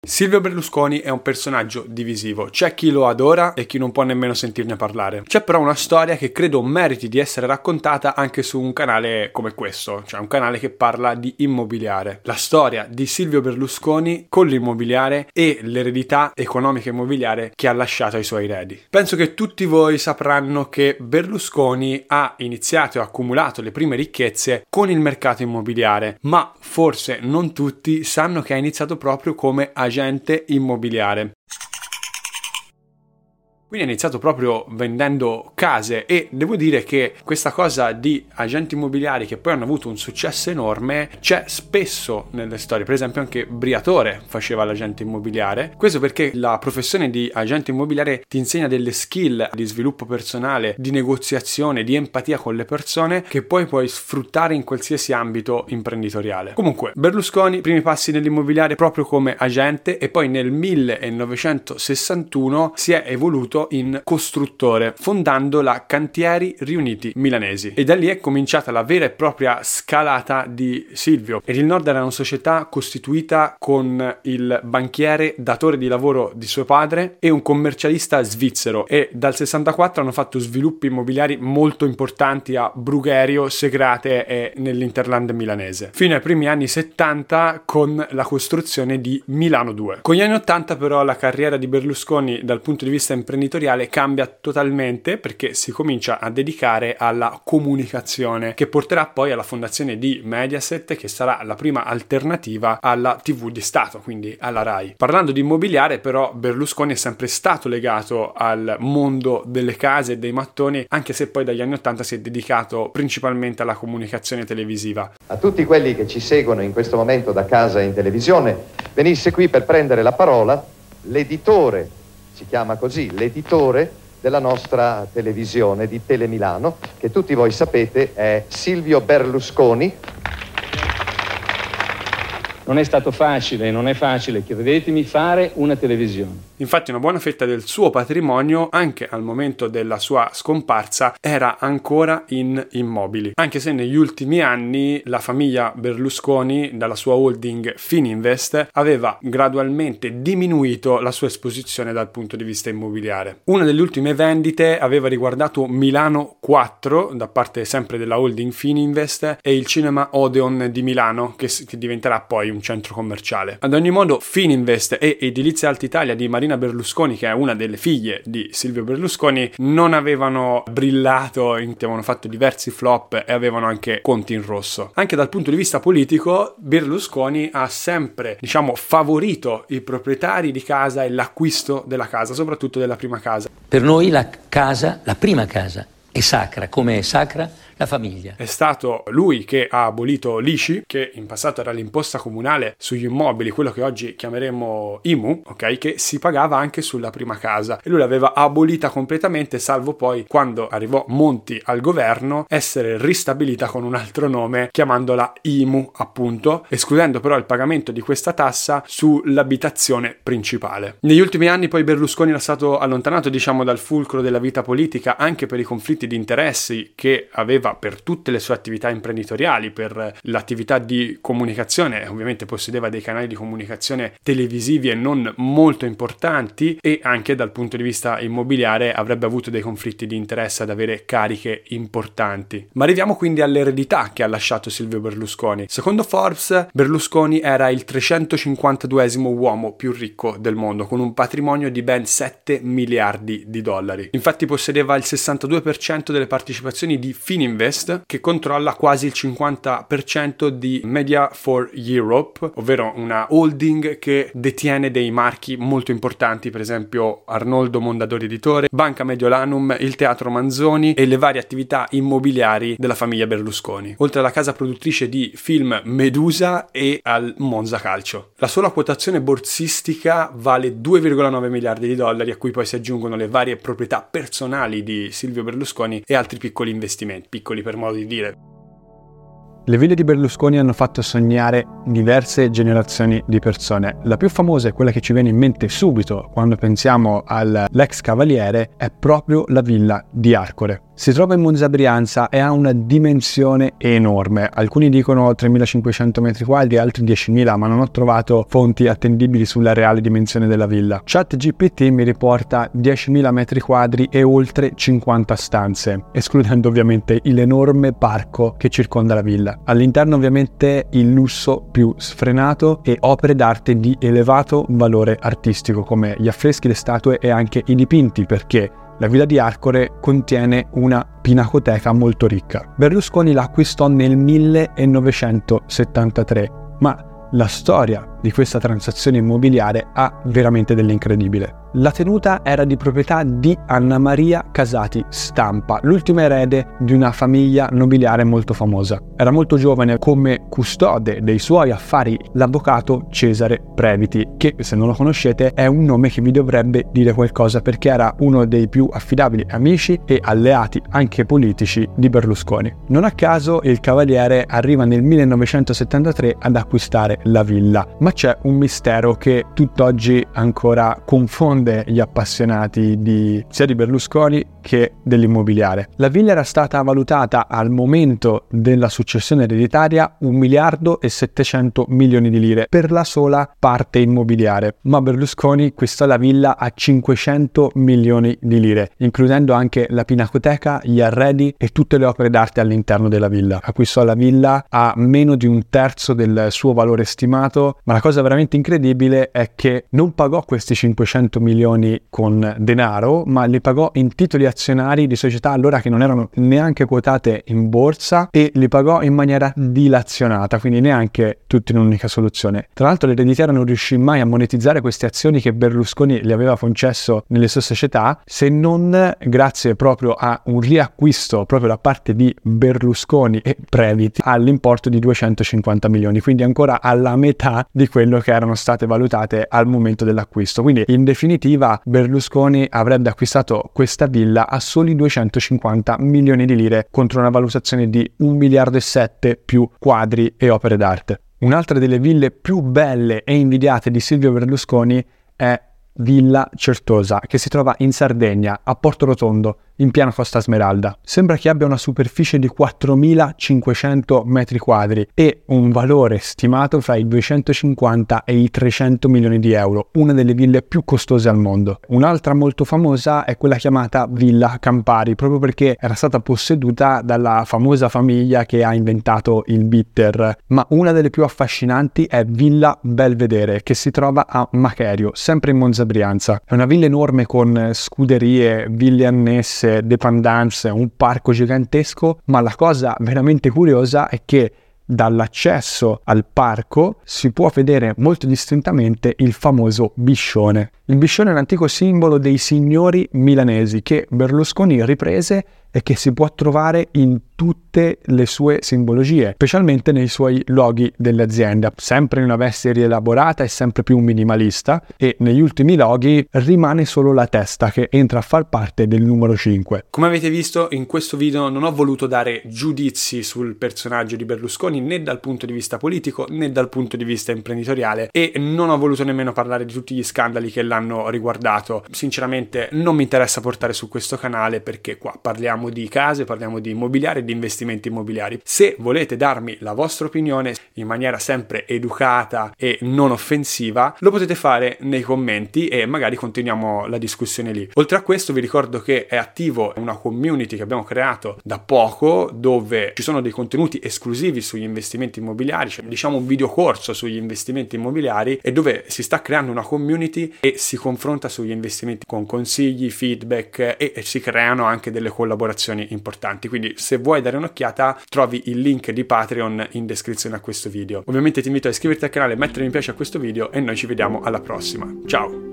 Silvio Berlusconi è un personaggio divisivo, c'è chi lo adora e chi non può nemmeno sentirne parlare. C'è però una storia che credo meriti di essere raccontata anche su un canale come questo, cioè un canale che parla di immobiliare. La storia di Silvio Berlusconi con l'immobiliare e l'eredità economica immobiliare che ha lasciato ai suoi eredi. Penso che tutti voi sapranno che Berlusconi ha iniziato e accumulato le prime ricchezze con il mercato immobiliare, ma forse non tutti sanno che ha iniziato proprio come agente immobiliare. Quindi ha iniziato proprio vendendo case e devo dire che questa cosa di agenti immobiliari che poi hanno avuto un successo enorme c'è spesso nelle storie. Per esempio anche Briatore faceva l'agente immobiliare. Questo perché la professione di agente immobiliare ti insegna delle skill di sviluppo personale, di negoziazione, di empatia con le persone che poi puoi sfruttare in qualsiasi ambito imprenditoriale. Comunque Berlusconi, primi passi nell'immobiliare proprio come agente e poi nel 1961 si è evoluto in costruttore, fondando la Cantieri Riuniti Milanesi, e da lì è cominciata la vera e propria scalata di Silvio. E il Nord era una società costituita con il banchiere datore di lavoro di suo padre e un commercialista svizzero, e dal 64 hanno fatto sviluppi immobiliari molto importanti a Brugherio, Segrate e nell'Interland milanese, fino ai primi anni 70 con la costruzione di Milano 2. Con gli anni 80 però la carriera di Berlusconi dal punto di vista imprenditoriale cambia totalmente, perché si comincia a dedicare alla comunicazione, che porterà poi alla fondazione di Mediaset, che sarà la prima alternativa alla TV di Stato, quindi alla Rai. Parlando di immobiliare però Berlusconi è sempre stato legato al mondo delle case e dei mattoni, anche se poi dagli anni 80 si è dedicato principalmente alla comunicazione televisiva. A tutti quelli che ci seguono in questo momento da casa in televisione, venisse qui per prendere la parola l'editore, si chiama così, l'editore della nostra televisione di Telemilano, che tutti voi sapete è Silvio Berlusconi. Non è stato facile, non è facile, credetemi, fare una televisione. Infatti una buona fetta del suo patrimonio, anche al momento della sua scomparsa, era ancora in immobili, anche se negli ultimi anni la famiglia Berlusconi, dalla sua holding Fininvest, aveva gradualmente diminuito la sua esposizione dal punto di vista immobiliare. Una delle ultime vendite aveva riguardato Milano 4 da parte sempre della holding Fininvest e il cinema Odeon di Milano, che diventerà poi un centro commerciale. Ad ogni modo Fininvest e Edilizia Alta Italia di Marina Berlusconi, che è una delle figlie di Silvio Berlusconi, non avevano brillato, avevano fatto diversi flop e avevano anche conti in rosso. Anche dal punto di vista politico Berlusconi ha sempre, favorito i proprietari di casa e l'acquisto della casa, soprattutto della prima casa. Per noi la casa, la prima casa, è sacra, come è sacra la famiglia. È stato lui che ha abolito l'ICI, che in passato era l'imposta comunale sugli immobili, quello che oggi chiameremo IMU, ok, che si pagava anche sulla prima casa, e lui l'aveva abolita completamente, salvo poi, quando arrivò Monti al governo, essere ristabilita con un altro nome, chiamandola IMU appunto, escludendo però il pagamento di questa tassa sull'abitazione principale. Negli ultimi anni poi Berlusconi era stato allontanato dal fulcro della vita politica, anche per i conflitti di interessi che aveva per tutte le sue attività imprenditoriali, per l'attività di comunicazione. Ovviamente possedeva dei canali di comunicazione televisivi e non molto importanti, e anche dal punto di vista immobiliare avrebbe avuto dei conflitti di interesse ad avere cariche importanti. Ma arriviamo quindi all'eredità che ha lasciato Silvio Berlusconi. Secondo Forbes, Berlusconi era il 352esimo uomo più ricco del mondo, con un patrimonio di ben 7 miliardi di dollari. Infatti possedeva il 62% delle partecipazioni di Fininvest, che controlla quasi il 50% di Media for Europe, ovvero una holding che detiene dei marchi molto importanti, per esempio Arnoldo Mondadori Editore, Banca Mediolanum, il Teatro Manzoni e le varie attività immobiliari della famiglia Berlusconi, oltre alla casa produttrice di film Medusa e al Monza Calcio. La sola quotazione borsistica vale 2,9 miliardi di dollari, a cui poi si aggiungono le varie proprietà personali di Silvio Berlusconi e altri piccoli investimenti, piccoli per modo di dire. Le ville di Berlusconi hanno fatto sognare diverse generazioni di persone. La più famosa e quella che ci viene in mente subito quando pensiamo all'ex cavaliere è proprio la villa di Arcore. Si trova in Monza Brianza e ha una dimensione enorme. Alcuni dicono 3.500 metri quadri, altri 10.000, ma non ho trovato fonti attendibili sulla reale dimensione della villa. ChatGPT mi riporta 10.000 metri quadri e oltre 50 stanze, escludendo ovviamente l'enorme parco che circonda la villa. All'interno ovviamente il lusso più sfrenato e opere d'arte di elevato valore artistico, come gli affreschi, le statue e anche i dipinti, perché la villa di Arcore contiene una pinacoteca molto ricca. Berlusconi la acquistò nel 1973, ma la storia di questa transazione immobiliare ha veramente dell'incredibile. La tenuta era di proprietà di Anna Maria Casati Stampa, l'ultima erede di una famiglia nobiliare molto famosa. Era molto giovane come custode dei suoi affari l'avvocato Cesare Previti, che se non lo conoscete è un nome che vi dovrebbe dire qualcosa, perché era uno dei più affidabili amici e alleati anche politici di Berlusconi. Non a caso il cavaliere arriva nel 1973 ad acquistare la villa, ma c'è un mistero che tutt'oggi ancora confonde gli appassionati sia di Berlusconi che dell'immobiliare. La villa era stata valutata al momento della successione ereditaria 1.700 milioni di lire per la sola parte immobiliare, ma Berlusconi acquistò la villa a 500 milioni di lire, includendo anche la pinacoteca, gli arredi e tutte le opere d'arte all'interno della villa. Acquistò la villa a meno di un terzo del suo valore stimato, ma la cosa veramente incredibile è che non pagò questi 500 milioni con denaro, ma li pagò in titoli azionari di società allora che non erano neanche quotate in borsa, e li pagò in maniera dilazionata, quindi neanche tutti in un'unica soluzione. Tra l'altro l'ereditiera non riuscì mai a monetizzare queste azioni che Berlusconi gli aveva concesso nelle sue società, se non grazie proprio a un riacquisto proprio da parte di Berlusconi e Previti all'importo di 250 milioni, quindi ancora alla metà di quello che erano state valutate al momento dell'acquisto. Quindi in definitiva Berlusconi avrebbe acquistato questa villa a soli 250 milioni di lire contro una valutazione di 1,7 miliardi più quadri e opere d'arte. Un'altra delle ville più belle e invidiate di Silvio Berlusconi è Villa Certosa, che si trova in Sardegna, a Porto Rotondo, in piana Costa Smeralda. Sembra che abbia una superficie di 4.500 metri quadri e un valore stimato fra i 250 e i 300 milioni di euro, una delle ville più costose al mondo. Un'altra molto famosa è quella chiamata Villa Campari, proprio perché era stata posseduta dalla famosa famiglia che ha inventato il bitter, ma una delle più affascinanti è Villa Belvedere, che si trova a Macherio, sempre in Monza Brianza. È una villa enorme con scuderie, ville annesse, dependenze, un parco gigantesco, ma la cosa veramente curiosa è che dall'accesso al parco si può vedere molto distintamente il famoso Biscione. Il Biscione è un antico simbolo dei signori milanesi che Berlusconi riprese e che si può trovare in tutte le sue simbologie, specialmente nei suoi loghi dell'azienda, sempre in una veste rielaborata e sempre più minimalista, e negli ultimi loghi rimane solo la testa che entra a far parte del numero 5. Come avete visto, in questo video non ho voluto dare giudizi sul personaggio di Berlusconi né dal punto di vista politico né dal punto di vista imprenditoriale, e non ho voluto nemmeno parlare di tutti gli scandali che l'hanno riguardato. Sinceramente non mi interessa portare su questo canale, perché qua parliamo di case, parliamo di immobiliare, di investimenti immobiliari. Se volete darmi la vostra opinione in maniera sempre educata e non offensiva, lo potete fare nei commenti e magari continuiamo la discussione lì. Oltre a questo vi ricordo che è attivo una community che abbiamo creato da poco, dove ci sono dei contenuti esclusivi sugli investimenti immobiliari, cioè diciamo un videocorso sugli investimenti immobiliari, e dove si sta creando una community e si confronta sugli investimenti con consigli, feedback, e si creano anche delle collaborazioni importanti. Quindi se vuoi dare un'occhiata trovi il link di Patreon in descrizione a questo video. Ovviamente ti invito a iscriverti al canale, mettere mi piace a questo video e noi ci vediamo alla prossima. Ciao!